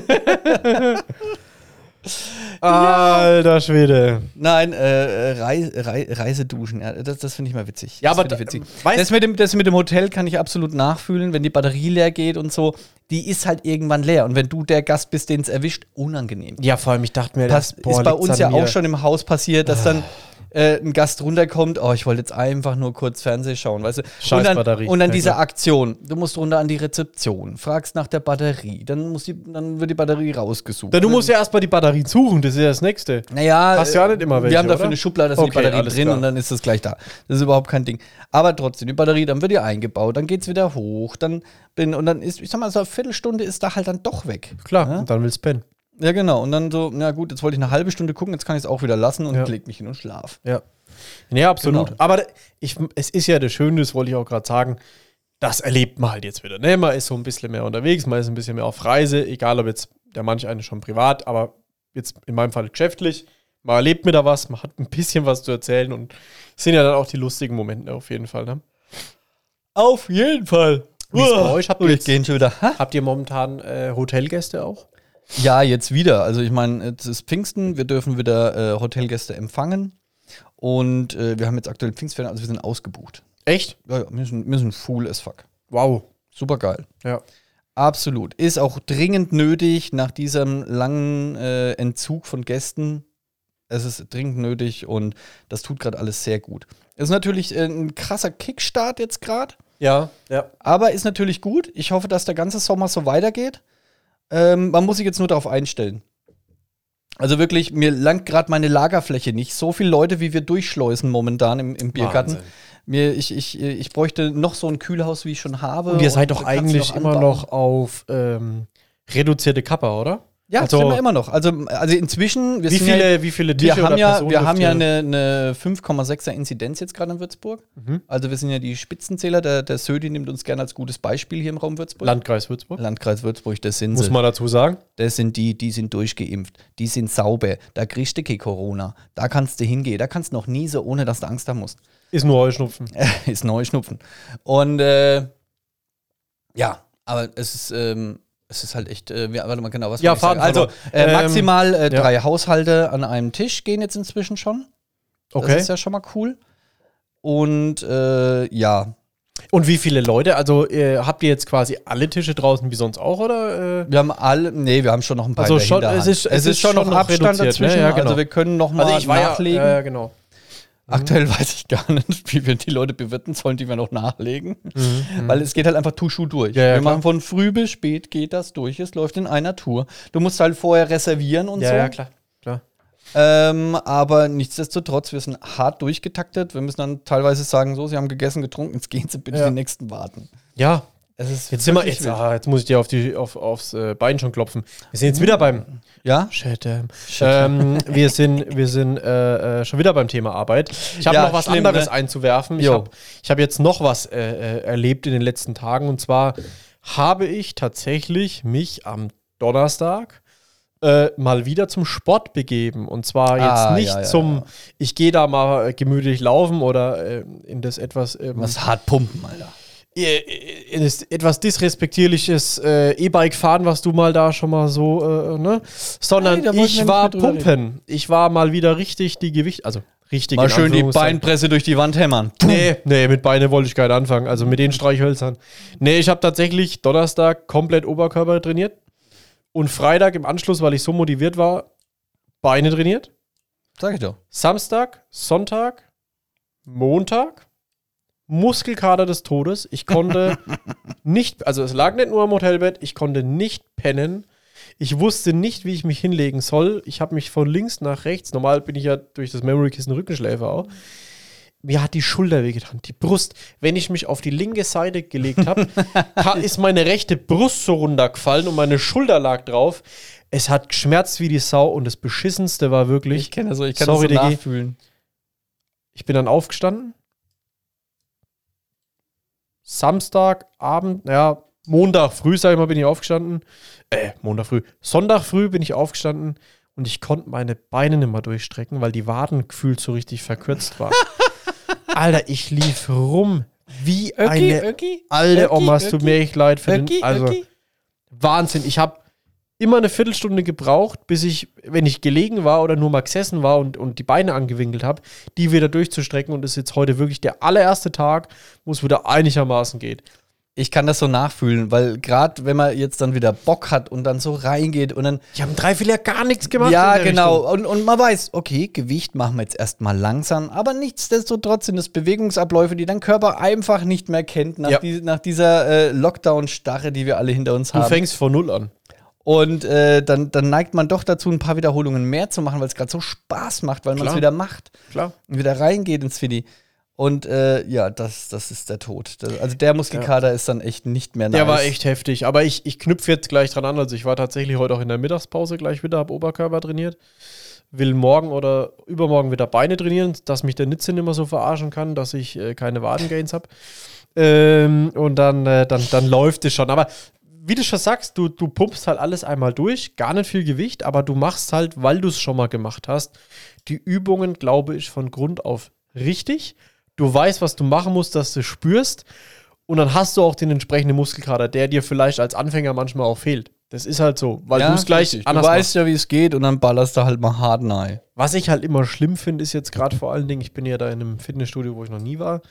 Alter Schwede. Nein, äh, Rei Rei Reiseduschen, ja, das, das finde ich mal witzig. Ja, das aber find ich witzig. da- weißt- das, mit dem, das mit dem Hotel kann ich absolut nachfühlen, wenn die Batterie leer geht und so. Die ist halt irgendwann leer. Und wenn du der Gast bist, den es erwischt, unangenehm. Ja, vor allem, ich dachte mir, Das das boah, ist bei liegt's uns an ja mir. auch schon im Haus passiert, dass dann äh, ein Gast runterkommt, oh, ich wollte jetzt einfach nur kurz Fernsehen schauen, weißt du? Scheiß und dann, Batterie. und dann Ja, diese klar. Aktion, du musst runter an die Rezeption, fragst nach der Batterie, dann, muss die, dann wird die Batterie rausgesucht. Dann, du musst ja erstmal die Batterie suchen, das ist ja das Nächste. Naja, Hast du ja nicht immer welche, wir haben dafür oder? eine Schublade, da ist die Okay, Batterie alles drin klar. und dann ist das gleich da. Das ist überhaupt kein Ding. Aber trotzdem, die Batterie, dann wird die eingebaut, dann geht's wieder hoch, dann bin, und dann ist, ich sag mal, so eine Viertelstunde ist da halt dann doch weg. Klar, Ja? und dann willst du pennen. Ja, genau. Und dann so, na gut, jetzt wollte ich eine halbe Stunde gucken, jetzt kann ich es auch wieder lassen und Ja. leg mich hin und schlaf. Ja. Nee, absolut. Genau. Aber ich, es ist ja das Schöne, das wollte ich auch gerade sagen, das erlebt man halt jetzt wieder. Ne? Man ist so ein bisschen mehr unterwegs, man ist ein bisschen mehr auf Reise, egal ob jetzt der manch eine schon privat, aber jetzt in meinem Fall geschäftlich. Man erlebt mir da was, man hat ein bisschen was zu erzählen und es sind ja dann auch die lustigen Momente auf jeden Fall. Ne? Auf jeden Fall. Wie ist bei euch? Habt ihr, Und ich jetzt, gehe schon wieder. Ha? habt ihr momentan äh, Hotelgäste auch? Ja, jetzt wieder. Also ich meine, jetzt ist Pfingsten, wir dürfen wieder äh, Hotelgäste empfangen. Und äh, wir haben jetzt aktuell Pfingstferien, also wir sind ausgebucht. Echt? Ja, ja, wir sind, wir sind full as fuck. Wow. Super geil. Ja. Absolut. Ist auch dringend nötig nach diesem langen äh, Entzug von Gästen. Es ist dringend nötig und das tut gerade alles sehr gut. Ist natürlich äh, ein krasser Kickstart jetzt gerade, Ja, ja. aber ist natürlich gut. Ich hoffe, dass der ganze Sommer so weitergeht. Ähm, man muss sich jetzt nur darauf einstellen. Also wirklich, mir langt gerade meine Lagerfläche nicht. So viele Leute, wie wir durchschleusen momentan im, im Biergarten. Wahnsinn. Mir, ich, ich, ich bräuchte noch so ein Kühlhaus, wie ich schon habe. Und ihr seid doch da kannst du eigentlich noch immer anbauen. noch auf ähm, reduzierte Kappa, oder? Ja, also, sind wir immer noch. Also, also inzwischen, wir wie, sind viele, ja, wie viele wir Tische haben oder ja, Personen wir haben dürft ja ihr- eine, eine fünf Komma sechser Inzidenz jetzt gerade in Würzburg. Mhm. Also wir sind ja die Spitzenzähler. Der, der Södi nimmt uns gerne als gutes Beispiel hier im Raum Würzburg. Landkreis Würzburg. Landkreis Würzburg, das sind Muss sie. man dazu sagen. Das sind die, die sind durchgeimpft. Die sind sauber. Da kriegst du kein Corona. Da kannst du hingehen. Da kannst du noch niesen, ohne dass du Angst haben musst. Ist nur Heuschnupfen. Ist Neuschnupfen. Und äh, ja, aber es ist, ähm, es ist halt echt, äh, wir- warte mal genau, was Ja, wollte ich sagen? Faden Also verloren. äh, Ähm, maximal äh, ja. drei Haushalte an einem Tisch gehen jetzt inzwischen schon. Okay. Das ist ja schon mal cool. Und äh, ja, Und wie viele Leute? Also äh, habt ihr jetzt quasi alle Tische draußen wie sonst auch, oder? Äh? wir haben alle, nee, wir haben schon noch ein paar Also in der schon- Hinterhand. es ist- es ist schon schon noch noch Abstand reduziert, ne? dazwischen. Ja, genau. Also wir können noch mal Also ich war nachlegen. ja, äh, genau. Aktuell weiß ich gar nicht, wie wir die Leute bewirten sollen, die wir noch nachlegen. Mhm, Weil es geht halt einfach Tuschu durch. Ja, ja, wir klar. machen von früh bis spät, geht das durch. Es läuft in einer Tour. Du musst halt vorher reservieren und Ja, so. ja, klar. klar. Ähm, aber nichtsdestotrotz, wir sind hart durchgetaktet. Wir müssen dann teilweise sagen, so, sie haben gegessen, getrunken, jetzt gehen sie bitte Ja. den nächsten warten. Ja, Es ist jetzt sind wir, wirklich jetzt, wild. ah, jetzt muss ich dir auf die, auf, aufs äh, Bein schon klopfen. Wir sind jetzt wieder beim Ja? Shit, ähm, ähm, wir sind, wir sind äh, äh, schon wieder beim Thema Arbeit. Ich habe Ja, noch was schlimm, anderes ne? einzuwerfen. Ich Jo. habe ich hab jetzt noch was äh, äh, erlebt in den letzten Tagen. Und zwar habe ich tatsächlich mich am Donnerstag äh, mal wieder zum Sport begeben. Und zwar jetzt Ah, nicht ja, ja, zum, ja. ich gehe da mal äh, gemütlich laufen oder äh, in das etwas ähm, Was hart pumpen, Alter. äh, in das etwas disrespektierliches äh, E-Bike fahren, was du mal da schon mal so, äh, ne? Sondern Nein, da wollten wir ich nicht war mehr drüber pumpen. Ich war mal wieder richtig die Gewicht, also richtig. Mal in schön die Anführungszeichen. Beinpresse durch die Wand hämmern. Nee, nee, mit Beine wollte ich gar nicht anfangen. Also mit den Streichhölzern. Nee, ich habe tatsächlich Donnerstag komplett Oberkörper trainiert. Und Freitag im Anschluss, weil ich so motiviert war, Beine trainiert. Sag ich doch. Samstag, Sonntag, Montag, Muskelkater des Todes. Ich konnte nicht, also es lag nicht nur am Hotelbett, ich konnte nicht pennen. Ich wusste nicht, wie ich mich hinlegen soll. Ich habe mich von links nach rechts, normal bin ich ja durch das Memory-Kissen Rückenschläfer auch. Mir hat die Schulter wehgetan, die Brust. Wenn ich mich auf die linke Seite gelegt habe, ist meine rechte Brust so runtergefallen und meine Schulter lag drauf. Es hat geschmerzt wie die Sau und das Beschissenste war wirklich, Ich kenne das so, ich kann Sorry, das so Diggi. nachfühlen. ich bin dann aufgestanden. Samstagabend, ja, Montag früh, sag ich mal, bin ich aufgestanden. Äh, Montag früh. Sonntag früh bin ich aufgestanden und ich konnte meine Beine nicht mehr durchstrecken, weil die Waden gefühlt so richtig verkürzt waren. Alter, ich lief rum wie eine Öki, alte Öki, Oma. Es tut Öki, mir echt leid für Öki, den. Also, Öki. Wahnsinn. Ich habe immer eine Viertelstunde gebraucht, bis ich, wenn ich gelegen war oder nur mal gesessen war und, und die Beine angewinkelt habe, die wieder durchzustrecken. Und das ist jetzt heute wirklich der allererste Tag, wo es wieder einigermaßen geht. Ich kann das so nachfühlen, weil gerade wenn man jetzt dann wieder Bock hat und dann so reingeht und dann. Ich habe drei, vier Jahre gar nichts gemacht. Ja, in der genau. Richtung. Und, und man weiß, okay, Gewicht machen wir jetzt erstmal langsam, aber nichtsdestotrotz sind es Bewegungsabläufe, die dein Körper einfach nicht mehr kennt nach, Ja. die, nach dieser äh, Lockdown-Starre, die wir alle hinter uns Du haben. fängst von Null an. Und äh, dann, dann neigt man doch dazu, ein paar Wiederholungen mehr zu machen, weil es gerade so Spaß macht, weil man es Klar. wieder macht Klar. und wieder reingeht ins Fiddy. Und äh, ja, das, das ist der Tod. Das, also der Muskelkater ist dann echt nicht mehr nice. Der war echt heftig. Aber ich, ich knüpfe jetzt gleich dran an. Also ich war tatsächlich heute auch in der Mittagspause gleich wieder, habe Oberkörper trainiert. Will morgen oder übermorgen wieder Beine trainieren, dass mich der Nitze nicht mehr so verarschen kann, dass ich äh, keine Wadengains habe. Ähm, und dann, äh, dann, dann läuft es schon. Aber wie du schon sagst, du, du pumpst halt alles einmal durch, gar nicht viel Gewicht, aber du machst halt, weil du es schon mal gemacht hast, die Übungen, glaube ich, von Grund auf richtig. Du weißt, was du machen musst, dass du spürst. Und dann hast du auch den entsprechenden Muskelkater, der dir vielleicht als Anfänger manchmal auch fehlt. Das ist halt so, weil Ja, du es gleich richtig. Du anders weißt ja, wie es geht und dann ballerst du halt mal hart rein. Was ich halt immer schlimm finde, ist jetzt gerade vor allen Dingen, ich bin ja da in einem Fitnessstudio, wo ich noch nie war.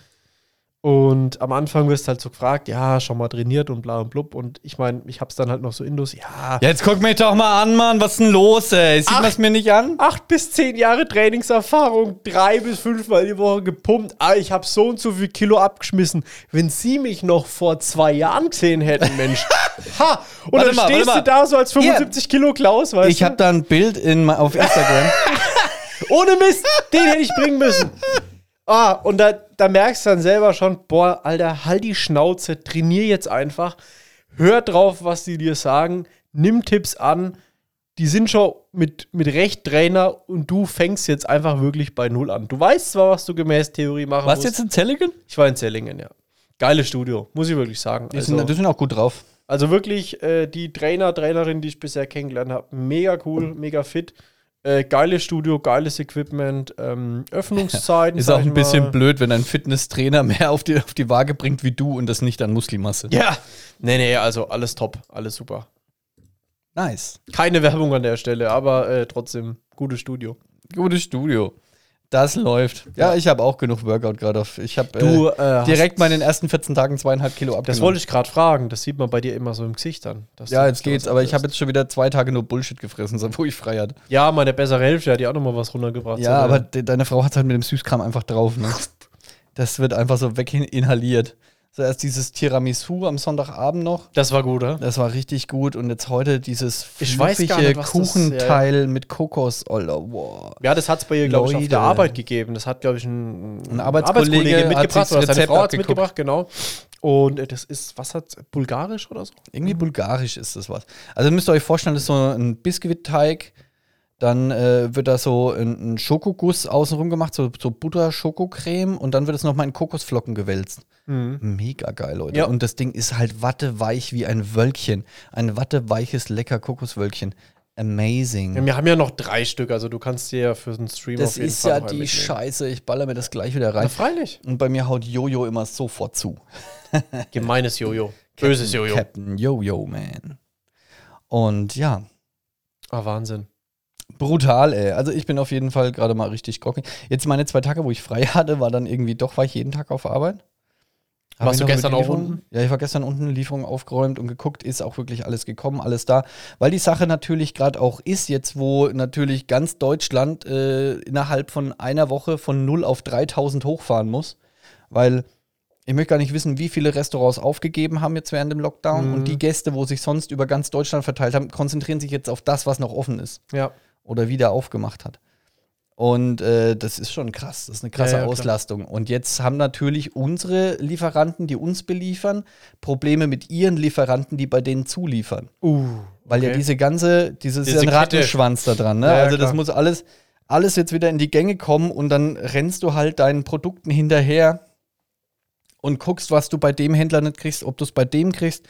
Und am Anfang wirst du halt so gefragt, ja, schon mal trainiert und bla und blub. Und ich meine, ich hab's dann halt noch so indos, ja. Jetzt guck mich doch mal an, Mann. Was ist denn los, ey? Sieht Ach. man es mir nicht an? Acht bis zehn Jahre Trainingserfahrung, drei bis fünfmal die Woche gepumpt. Ah, ich habe so und so viel Kilo abgeschmissen. Wenn Sie mich noch vor zwei Jahren gesehen hätten, Mensch. Ha! Und Warte dann mal, stehst warte du mal. da so als fünfundsiebzig Kilo Klaus, weißt Ich du? habe da ein Bild in, ma- auf Instagram. Ohne Mist, den hätte ich bringen müssen. Ah, und da, da merkst du dann selber schon, boah, Alter, halt die Schnauze, trainier jetzt einfach, hör drauf, was die dir sagen, nimm Tipps an, die sind schon mit, mit Recht Trainer und du fängst jetzt einfach wirklich bei Null an. Du weißt zwar, was du gemäß Theorie machen Warst musst. du jetzt in Zellingen? Ich war in Zellingen, ja. Geiles Studio, muss ich wirklich sagen. Die, Also, sind, die sind auch gut drauf. also wirklich, äh, die Trainer, Trainerin, die ich bisher kennengelernt habe, mega cool, mega fit. Äh, geiles Studio, geiles Equipment, ähm, Öffnungszeiten. Ist sag auch ich ein bisschen mal. blöd, wenn ein Fitnesstrainer mehr auf die, auf die Waage bringt wie du und das nicht an Muskelmasse. Ja. Nee, nee, also alles top, alles super. Nice. Keine Werbung an der Stelle, aber äh, trotzdem gutes Studio. Gutes Studio. Das läuft. Ja, Ja. ich habe auch genug Workout gerade auf. Ich habe Du, äh, äh, direkt hast- mal in den ersten vierzehn Tagen zweieinhalb Kilo abgenommen. Das wollte ich gerade fragen, das sieht man bei dir immer so im Gesicht dann. dass Ja, du- jetzt dass du geht's, was aber ich habe ablässt. jetzt schon wieder zwei Tage nur Bullshit gefressen, so, wo ich frei hatte. Ja, meine bessere Hälfte hat ja auch nochmal was runtergebracht. Ja, so, aber de deine Frau hat halt mit dem Süßkram einfach drauf. Ne? Das wird einfach so weginhaliert. So erst dieses Tiramisu am Sonntagabend noch. Das war gut, oder? Das war richtig gut. Und jetzt heute dieses Ich weiß gar fluffige nicht, was das- Kuchenteil mit Kokos. Alter, wow. Ja, das hat es bei ihr, glaube ich, auf Leute. der Arbeit gegeben. Das hat, glaube ich, ein, Ein Arbeitskollege hat mitgebracht. sich Oder das seine Rezept Frau hat es abgeguckt. mitgebracht, genau. Und äh, das ist, was hat bulgarisch oder so? Irgendwie bulgarisch ist das was. Also müsst ihr euch vorstellen, das ist so ein Biskuitteig. Dann äh, wird da so ein, ein Schokoguss außenrum gemacht, so, so Butter-Schokocreme. Und dann wird es nochmal in Kokosflocken gewälzt. Mega geil, Leute. Ja. Und das Ding ist halt watteweich wie ein Wölkchen. Ein watteweiches, lecker Kokoswölkchen. Amazing. Ja, wir haben ja noch drei Stück, also du kannst dir ja für den Stream das auf jeden ist Fall ja noch einen die mitnehmen. Scheiße. Ich baller mir das gleich wieder Na, rein. freilich. Und bei mir haut Jojo immer sofort zu. Gemeines Jojo. Böses Jojo. Captain Jojo, man. Und ja, Ah, Wahnsinn. brutal, ey. Also ich bin auf jeden Fall gerade mal richtig groggy. Jetzt meine zwei Tage, wo ich frei hatte, war dann irgendwie, doch war ich jeden Tag auf Arbeit. Hab Warst ich du noch gestern mit auch Lieferungen- unten? Ja, ich war gestern unten, Lieferung aufgeräumt und geguckt, ist auch wirklich alles gekommen, alles da. Weil die Sache natürlich gerade auch ist, jetzt wo natürlich ganz Deutschland äh, innerhalb von einer Woche von null auf dreitausend hochfahren muss. Weil ich möchte gar nicht wissen, wie viele Restaurants aufgegeben haben jetzt während dem Lockdown. Mhm. Und die Gäste, wo sich sonst über ganz Deutschland verteilt haben, konzentrieren sich jetzt auf das, was noch offen ist Ja. oder wieder aufgemacht hat. Und äh, das ist schon krass. Das ist eine krasse Ja, ja, klar. Auslastung. Und jetzt haben natürlich unsere Lieferanten, die uns beliefern, Probleme mit ihren Lieferanten, die bei denen zuliefern. Uh. Weil ja okay. diese ganze, dieses Diese ist ja ein Kette. Rattenschwanz da dran. Ne? Ja, ja, also das klar. muss alles, alles jetzt wieder in die Gänge kommen und dann rennst du halt deinen Produkten hinterher und guckst, was du bei dem Händler nicht kriegst, ob du es bei dem kriegst.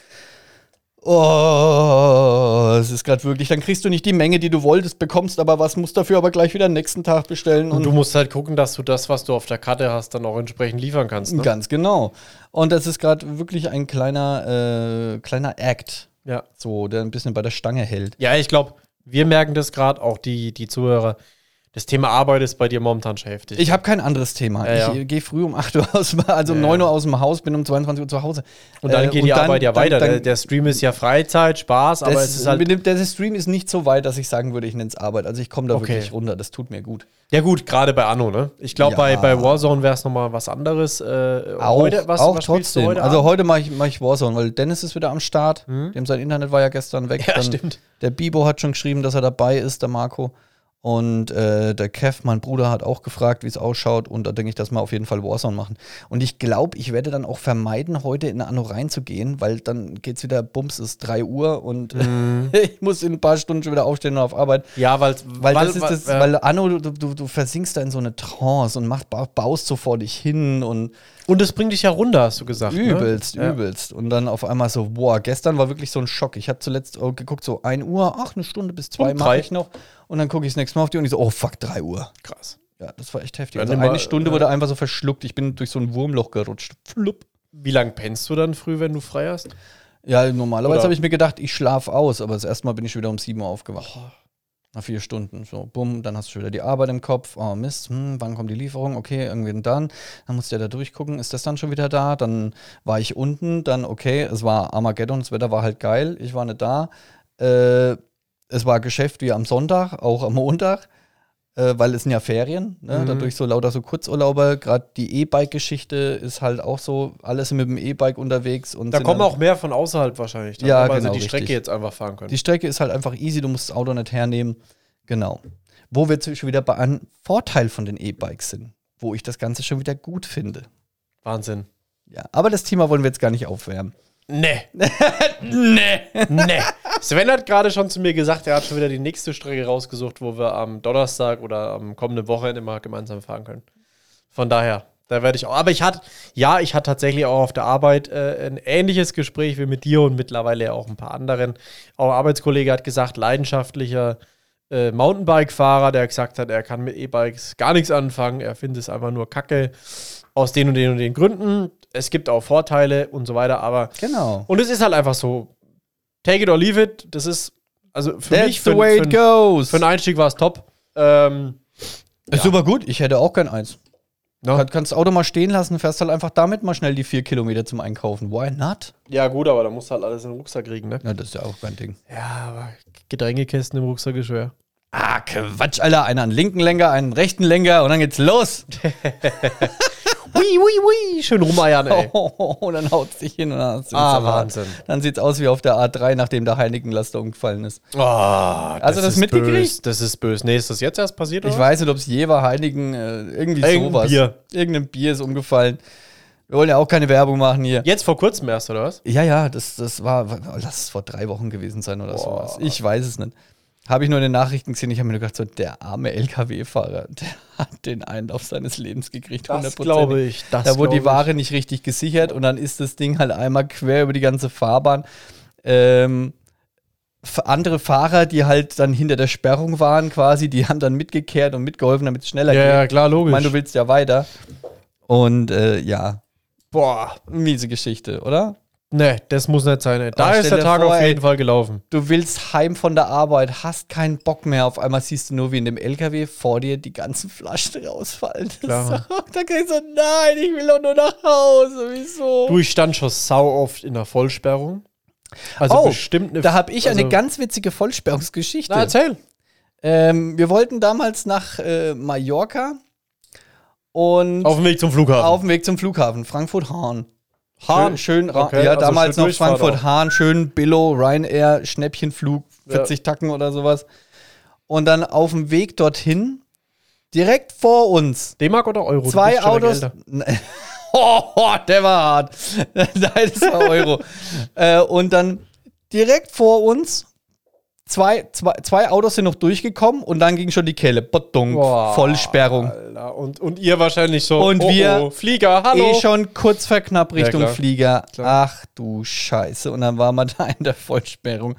Oh, es ist gerade wirklich, dann kriegst du nicht die Menge, die du wolltest, bekommst aber was, musst dafür aber gleich wieder nächsten Tag bestellen. Und du musst halt gucken, dass du das, was du auf der Karte hast, dann auch entsprechend liefern kannst. Ne? Ganz genau. Und das ist gerade wirklich ein kleiner, äh, kleiner Act, Ja. so, der ein bisschen bei der Stange hält. Ja, ich glaube, wir merken das gerade, auch die, die Zuhörer. Das Thema Arbeit ist bei dir momentan schon heftig. Ich habe kein anderes Thema. Ja, ja. Ich gehe früh um acht Uhr aus, also um Ja, neun ja. Uhr aus dem Haus, bin um zweiundzwanzig Uhr zu Hause. und dann Äh, geht die dann- Arbeit ja dann- weiter. dann- der, der Stream ist ja Freizeit, Spaß, aber Das, es ist halt. mit dem, der Stream ist nicht so weit, dass ich sagen würde, ich nenne es Arbeit. Also ich komme da Okay. wirklich runter, das tut mir gut. Ja, gut, gerade bei Anno, ne? Ich glaube, Ja. bei, bei Warzone wäre es nochmal was anderes. Äh, Auch, heute, was, auch was spielst du trotzdem. heute also Abend? heute mache ich, mach ich Warzone, weil Dennis ist wieder am Start. Dem sein Internet war ja gestern weg. Ja, Dann stimmt. Der Bibo hat schon geschrieben, dass er dabei ist, der Marco. Und äh, der Kev, mein Bruder, hat auch gefragt, wie es ausschaut. Und da denke ich, dass wir auf jeden Fall Warzone machen. Und ich glaube, ich werde dann auch vermeiden, heute in Anno reinzugehen, weil dann geht es wieder, Bums, ist drei Uhr und Mhm. ich muss in ein paar Stunden schon wieder aufstehen und auf Arbeit. Ja, weil, Weil, das ist das, ja. weil Anno, du, du, du versinkst da in so eine Trance und machst, baust so vor dich hin und Und das bringt dich ja runter, hast du gesagt. übelst, ne? Ja. übelst. Und dann auf einmal so, boah, gestern war wirklich so ein Schock. Ich habe zuletzt äh, geguckt, so ein Uhr, ach, eine Stunde bis zwei Und mache drei. ich noch. Und dann gucke ich das nächste Mal auf die und ich so, oh fuck, drei Uhr. Krass. Ja, das war echt heftig. Ja, Also nimm eine mal, Stunde ja. wurde einfach so verschluckt. Ich bin durch so ein Wurmloch gerutscht. Flupp. Wie lange pennst du dann früh, wenn du frei hast? Ja, normalerweise Oder- habe ich mir gedacht, ich schlafe aus, aber das erste Mal bin ich wieder um sieben Uhr aufgewacht. Nach vier Stunden. So, bumm, dann hast du schon wieder die Arbeit im Kopf. Oh Mist, hm, wann kommt die Lieferung? Okay, irgendwie dann. Dann musst du ja da durchgucken, ist das dann schon wieder da? Dann war ich unten, dann okay, es war Armageddon, das Wetter war halt geil, ich war nicht da. Äh, es war Geschäft wie am Sonntag, auch am Montag, äh, weil es sind ja Ferien, ne? Mhm. Dadurch so lauter so Kurzurlauber. Gerade die E-Bike-Geschichte ist halt auch so, alle sind mit dem E-Bike unterwegs. Und Da sind kommen dann- auch mehr von außerhalb wahrscheinlich. Dann, Ja, weil genau, sie die Strecke richtig. jetzt einfach fahren können. Die Strecke ist halt einfach easy, du musst das Auto nicht hernehmen. Genau. Wo wir schon wieder bei einem Vorteil von den E-Bikes sind, wo ich das Ganze schon wieder gut finde. Wahnsinn. Ja, aber das Thema wollen wir jetzt gar nicht aufwärmen. Nee. nee. Nee. Sven hat gerade schon zu mir gesagt, er hat schon wieder die nächste Strecke rausgesucht, wo wir am Donnerstag oder am kommenden Wochenende mal gemeinsam fahren können. Von daher, da werde ich auch. Aber ich hatte, ja, ich hatte tatsächlich auch auf der Arbeit äh, ein ähnliches Gespräch wie mit dir und mittlerweile auch ein paar anderen. Auch ein Arbeitskollege hat gesagt, leidenschaftlicher äh, Mountainbike-Fahrer, der gesagt hat, er kann mit E-Bikes gar nichts anfangen, er findet es einfach nur kacke. Aus den und den und den Gründen. Es gibt auch Vorteile und so weiter, aber. Genau. Und es ist halt einfach so. Take it or leave it. Das ist. Also für That's mich, the für, way für, it goes. für einen Einstieg war es top. Ähm, Ist super gut, ich hätte auch gern eins. no. Kann, kannst das Auto mal stehen lassen, fährst halt einfach damit mal schnell die vier Kilometer zum Einkaufen. Why not? Ja, gut, aber da musst du halt alles in den Rucksack kriegen, ne? Ja, das ist ja auch kein Ding. Ja, aber Getränkekästen im Rucksack ist schwer. Ah, Quatsch, Alter. Einer einen linken Lenker, einen rechten Lenker und dann geht's los. Ui, ui, ui. Schön rumeiern, ey. Und dann haut's dich hin und dann hast du Ah, einen Salat. Wahnsinn. Dann sieht's aus wie auf der A drei, nachdem der Heinekenlaster umgefallen ist. Oh, das Also das ist mitgekriegt? böse. Das ist böse. Nee, ist das jetzt erst passiert, oder? Ich weiß nicht, ob es je war, Heineken, äh, irgendwie Irgendein sowas. Bier. Irgendein Bier ist umgefallen. Wir wollen ja auch keine Werbung machen hier. Jetzt vor kurzem erst, oder was? Ja, ja, das, das war, lass es vor drei Wochen gewesen sein oder Boah. sowas. Ich weiß es nicht. Habe ich nur in den Nachrichten gesehen, ich habe mir nur gedacht, so, der arme L K W-Fahrer, der hat den Einlauf seines Lebens gekriegt. Das glaube ich. Das Da wurde die glaub ich. Ware nicht richtig gesichert und dann ist das Ding halt einmal quer über die ganze Fahrbahn. Ähm, f- andere Fahrer, die halt dann hinter der Sperrung waren quasi, die haben dann mitgekehrt und mitgeholfen, damit es schneller Ja, geht. ja, klar, Ich logisch. meine, du willst ja weiter. Und äh, ja, Boah. miese Geschichte, oder? Nee, das muss nicht sein, ey. Da Aber ist stell der dir Tag vor, auf ey, jeden Fall gelaufen. Du willst heim von der Arbeit, hast keinen Bock mehr. Auf einmal siehst du nur, wie in dem L K W vor dir die ganzen Flaschen rausfallen. Klar. So, da kriegst du so, nein, ich will doch nur nach Hause. Wieso? Du, ich stand schon sau oft in der Vollsperrung. Also Oh, bestimmt eine. Da habe ich also- eine ganz witzige Vollsperrungsgeschichte. Na, erzähl. ähm, wir wollten damals nach äh, Mallorca und Auf dem Weg zum Flughafen. auf dem Weg zum Flughafen, Frankfurt-Hahn. Hahn. Schön, schön Ra- Okay, ja, also damals schön noch Durchfahrt Frankfurt-Hahn, schön Billo, Ryanair, Schnäppchenflug, vierzig Tacken oder sowas. Und dann auf dem Weg dorthin, direkt vor uns, D-Mark oder Euro? Du zwei bist schon Autos. älter. Oh, oh, der war hart. Nein, das war Euro. äh, und dann direkt vor uns, zwei, zwei, zwei Autos sind noch durchgekommen und dann ging schon die Kelle. Bottung, Boah, Vollsperrung. Alter. Und, und ihr wahrscheinlich so. Und oh, wir- Oh, Flieger, hallo. Eh schon kurz vor knapp Richtung klar. Flieger. Klar. Ach du Scheiße. Und dann waren wir da in der Vollsperrung.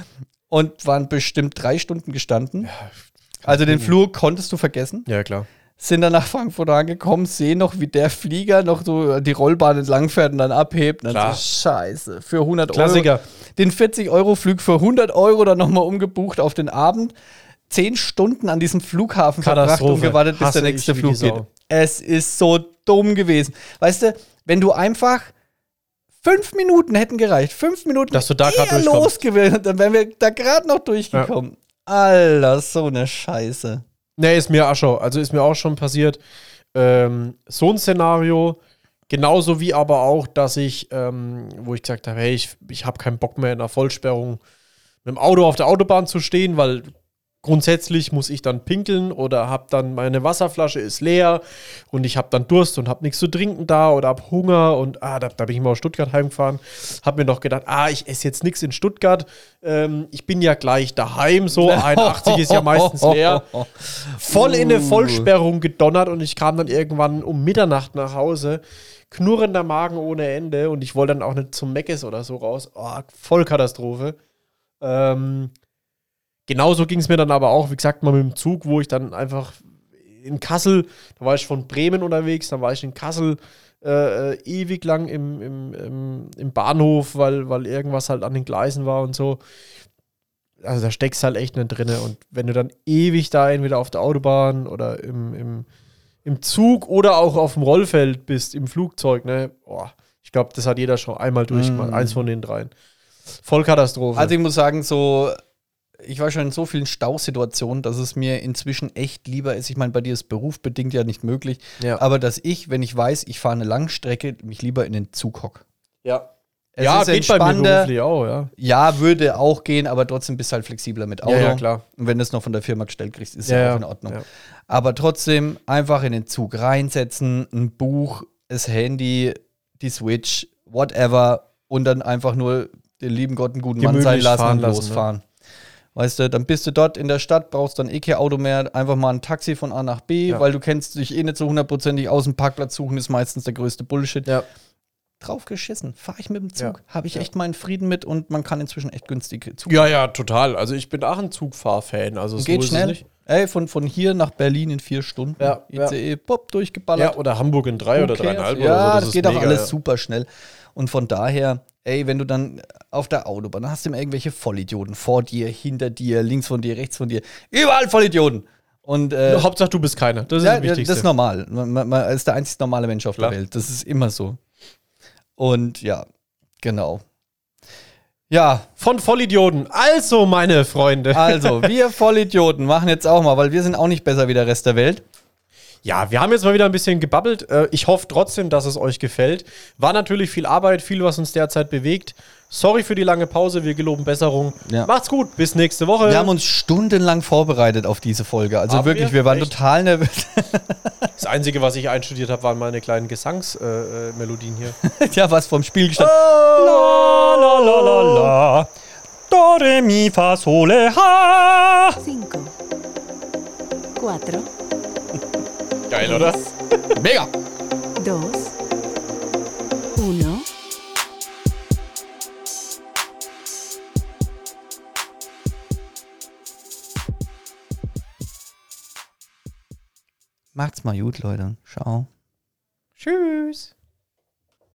Und waren bestimmt drei Stunden gestanden. Also den Flug konntest du vergessen. Ja, klar. Sind dann nach Frankfurt angekommen, sehen noch, wie der Flieger noch so die Rollbahn entlang fährt und dann abhebt. Und dann Klar. so, Scheiße. Für hundert Klassiker. Euro. Den vierzig-Euro-Flug für hundert Euro dann nochmal umgebucht auf den Abend. Zehn Stunden an diesem Flughafen verbracht Katastrophe. und gewartet, bis Hasse der nächste ich wie Flug die geht. Sau. Es ist so dumm gewesen. Weißt du, wenn du einfach fünf Minuten hätten gereicht, fünf Minuten Dass du da grad eher durchkommst. los gewesen, dann wären wir da gerade noch durchgekommen. Alter, so eine Scheiße. Nee, ist mir auch schon, also ist mir auch schon passiert. Ähm, so ein Szenario, genauso wie aber auch, dass ich, ähm, wo ich gesagt habe, hey, ich, ich habe keinen Bock mehr in einer Vollsperrung mit dem Auto auf der Autobahn zu stehen, weil grundsätzlich muss ich dann pinkeln oder habe dann meine Wasserflasche ist leer und ich habe dann Durst und habe nichts zu trinken da oder habe Hunger und ah, da, da bin ich mal aus Stuttgart heimgefahren, habe mir noch gedacht, ah, ich esse jetzt nichts in Stuttgart, ähm, ich bin ja gleich daheim, so einundachtzig ist ja meistens leer. Voll in eine Vollsperrung gedonnert und ich kam dann irgendwann um Mitternacht nach Hause, knurrender Magen ohne Ende und ich wollte dann auch nicht zum Meckes oder so raus. Oh, Vollkatastrophe. Ähm, genauso ging es mir dann aber auch, wie gesagt, mal mit dem Zug, wo ich dann einfach in Kassel, da war ich von Bremen unterwegs, dann war ich in Kassel äh, ewig lang im, im, im, im Bahnhof, weil, weil irgendwas halt an den Gleisen war und so. Also da steckst halt echt nicht drin. Und wenn du dann ewig da entweder auf der Autobahn oder im, im, im Zug oder auch auf dem Rollfeld bist, im Flugzeug, ne, boah, ich glaube, das hat jeder schon einmal durchgemacht, mm. eins von den dreien. Vollkatastrophe. Also ich muss sagen, so, ich war schon in so vielen Stausituationen, dass es mir inzwischen echt lieber ist. Ich meine, bei dir ist berufsbedingt ja nicht möglich, Ja. aber dass ich, wenn ich weiß, ich fahre eine Langstrecke, mich lieber in den Zug hock. Ja. Es ja, ist geht bei mir entspannender. beruflich auch, ja. Ja, würde auch gehen, aber trotzdem bist du halt flexibler mit Auto. Ja, ja, klar. Und wenn du es noch von der Firma gestellt kriegst, ist Ja, ja, ja. auch in Ordnung. Ja. Aber trotzdem einfach in den Zug reinsetzen, ein Buch, das Handy, die Switch, whatever und dann einfach nur den lieben Gott einen guten Mann Gemütlich sein lassen fahren und lassen, losfahren. Weißt du, dann bist du dort in der Stadt, brauchst dann eh kein Auto mehr, einfach mal ein Taxi von A nach B, Ja. weil du kennst dich eh nicht so hundertprozentig aus, dem Parkplatz suchen ist meistens der größte Bullshit. Ja. Drauf geschissen, fahre ich mit dem Zug, Ja. habe ich Ja. echt meinen Frieden mit und man kann inzwischen echt günstig Zug Ja, ja, total. Also ich bin auch ein Zugfahrfan. Also so Geht ist schnell. es nicht. Ey, von, von hier nach Berlin in vier Stunden. Ja, I C E, pop, durchgeballert. Ja, oder Hamburg in drei Who oder cares? dreieinhalb Ja, oder so. das, ist geht auch mega, alles ja. super schnell. Und von daher, ey, wenn du dann auf der Autobahn, dann hast du immer irgendwelche Vollidioten vor dir, hinter dir, links von dir, rechts von dir. Überall Vollidioten. Und äh, Hauptsache, du bist keiner. Das ist ja, das Wichtigste. das ist normal. Man, man, man ist der einzig normale Mensch auf Klar. der Welt. Das ist immer so. Und ja, genau. Ja, Von Vollidioten. Also, meine Freunde. also, wir Vollidioten machen jetzt auch mal, weil wir sind auch nicht besser wie der Rest der Welt. Ja, wir haben jetzt mal wieder ein bisschen gebabbelt. Äh, Ich hoffe trotzdem, dass es euch gefällt. War natürlich viel Arbeit, viel, was uns derzeit bewegt. Sorry für die lange Pause, wir geloben Besserung. Ja. Macht's gut, bis nächste Woche. Wir haben uns stundenlang vorbereitet auf diese Folge. Also Haben wirklich, wir? wir waren Echt? total nervös. Das Einzige, was ich einstudiert habe, waren meine kleinen Gesangsmelodien äh, Melodien hier. Ja, was vom Spiel gestanden. La, la, la, la, la. Do, re, mi, fa, sole, ha. cinco, cuatro, Geil, oder? Mega. dos, uno. Macht's mal gut, Leute. Ciao. Tschüss.